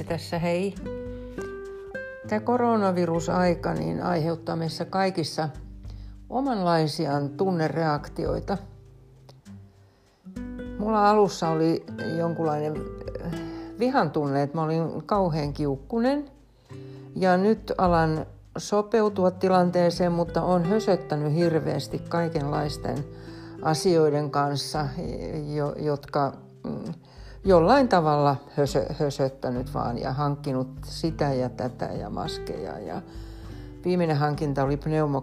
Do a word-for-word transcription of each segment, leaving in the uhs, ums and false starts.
tässä hei. Tämä koronavirusaika niin aiheuttaa meissä kaikissa omanlaisia tunnereaktioita. Mulla alussa oli jonkunlainen vihan tunne, että mä olin kauhean kiukkunen. Ja nyt alan sopeutua tilanteeseen, mutta olen hösöttänyt hirveästi kaikenlaisten asioiden kanssa, jotka jollain tavalla hösö, hösöttänyt vaan ja hankkinut sitä ja tätä ja maskeja. Ja viimeinen hankinta oli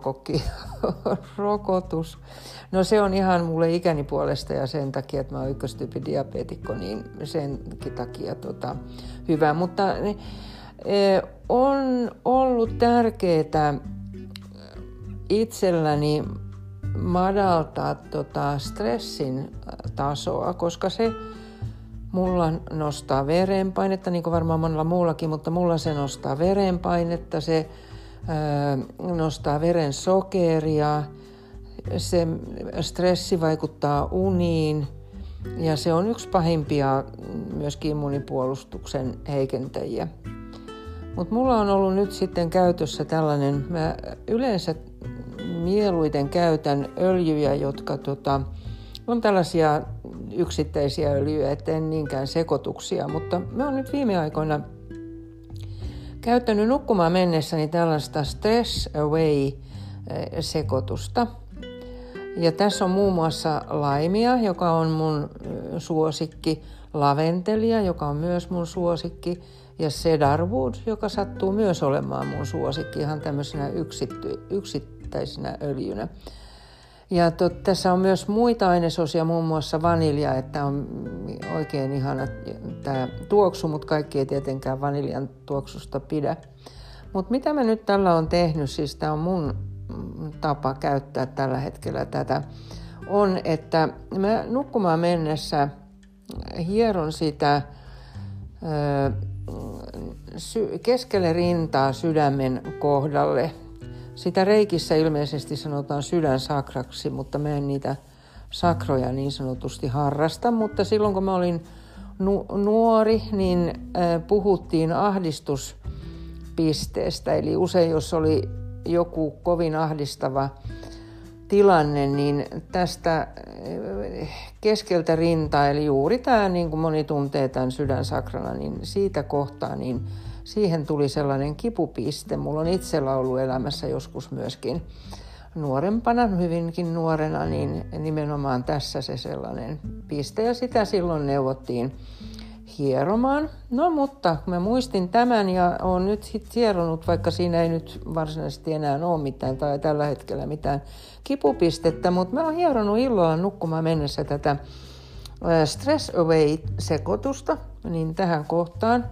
pneumokokkirokotus. No se on ihan mulle ikäni puolesta ja sen takia, että mä oon ykköstyypin diabeetikko, niin senkin takia tota, hyvä. Mutta e, on ollut tärkeää itselläni madaltaa tota stressin tasoa, koska se mulla nostaa verenpainetta, niin kuin varmaan monella muullakin, mutta mulla se nostaa verenpainetta, se ää, nostaa veren sokeria, se stressi vaikuttaa uniin ja se on yksi pahimpia myöskin immunipuolustuksen heikentäjiä. Mutta mulla on ollut nyt sitten käytössä tällainen, mä yleensä mieluiten käytän öljyjä, jotka tota, on tällaisia yksittäisiä öljyjä, etten niinkään sekoituksia, mutta mä oon nyt viime aikoina käyttänyt nukkumaan mennessäni tällaista Stress Away-sekoitusta. Ja tässä on muun muassa laimia, joka on mun suosikki, laventelia, joka on myös mun suosikki, ja cedarwood, joka sattuu myös olemaan mun suosikki ihan tämmöisenä yksitty, yksittäisenä öljynä. Ja tot, tässä on myös muita ainesosia, muun muassa vanilja, että on oikein ihana tämä tuoksu, mutta kaikki ei tietenkään vaniljan tuoksusta pidä. Mutta mitä mä nyt tällä on tehnyt, siis tämä on mun tapa käyttää tällä hetkellä tätä, on, että mä nukkumaan mennessä hieron sitä ö, sy- keskelle rintaa sydämen kohdalle. Sitä reikissä ilmeisesti sanotaan sydänsakraksi, mutta mä en niitä sakroja niin sanotusti harrasta. Mutta silloin kun mä olin nu- nuori, niin äh, puhuttiin ahdistuspisteestä. Eli usein jos oli joku kovin ahdistava tilanne, niin tästä äh, keskeltä rintaa, eli juuri tämä, niin kuin moni tuntee tämän sydänsakrana, niin siitä kohtaa, niin siihen tuli sellainen kipupiste. Mulla on itsellä ollut elämässä joskus myöskin nuorempana, hyvinkin nuorena, niin nimenomaan tässä se sellainen piste. Ja sitä silloin neuvottiin hieromaan. No mutta mä muistin tämän ja oon nyt sit hieronut, vaikka siinä ei nyt varsinaisesti enää ole mitään tai tällä hetkellä mitään kipupistettä, mutta mä oon hieronut illalla nukkumaan mennessä tätä Stress Away-sekoitusta niin tähän kohtaan.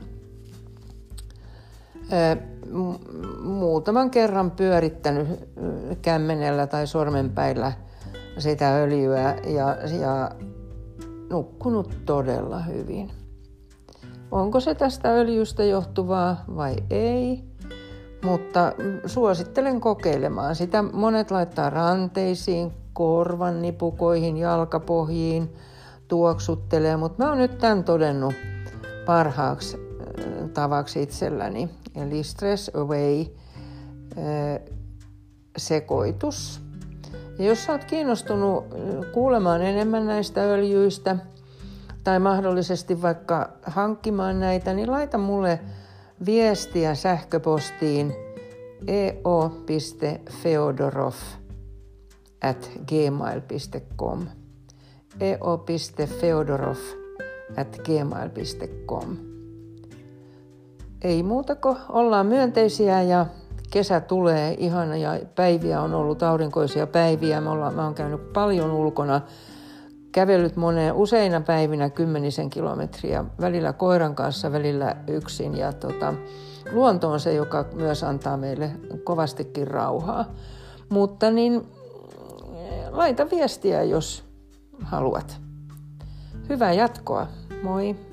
Muutaman kerran pyörittänyt kämmenellä tai sormenpäillä sitä öljyä ja, ja nukkunut todella hyvin. Onko se tästä öljystä johtuvaa vai ei? Mutta suosittelen kokeilemaan sitä. Monet laittaa ranteisiin, korvan nipukoihin, jalkapohjiin, tuoksuttelee, mutta mä oon nyt tämän todennut parhaaksi tavaksi itselläni. Eli Stress Away sekoitus. Ja jos sä oot kiinnostunut kuulemaan enemmän näistä öljyistä tai mahdollisesti vaikka hankkimaan näitä, niin laita mulle viestiä sähköpostiin e o piste feodorov at gmail piste com e o piste feodorov at gmail piste com. Ei muuta kuin ollaan myönteisiä ja kesä tulee ihana ja päiviä on ollut aurinkoisia päiviä. Mä, ollaan, mä oon käynyt paljon ulkona, kävellyt moneen useina päivinä kymmenisen kilometriä, välillä koiran kanssa, välillä yksin. Ja tota, luonto on se, joka myös antaa meille kovastikin rauhaa. Mutta niin laita viestiä, jos haluat. Hyvää jatkoa. Moi!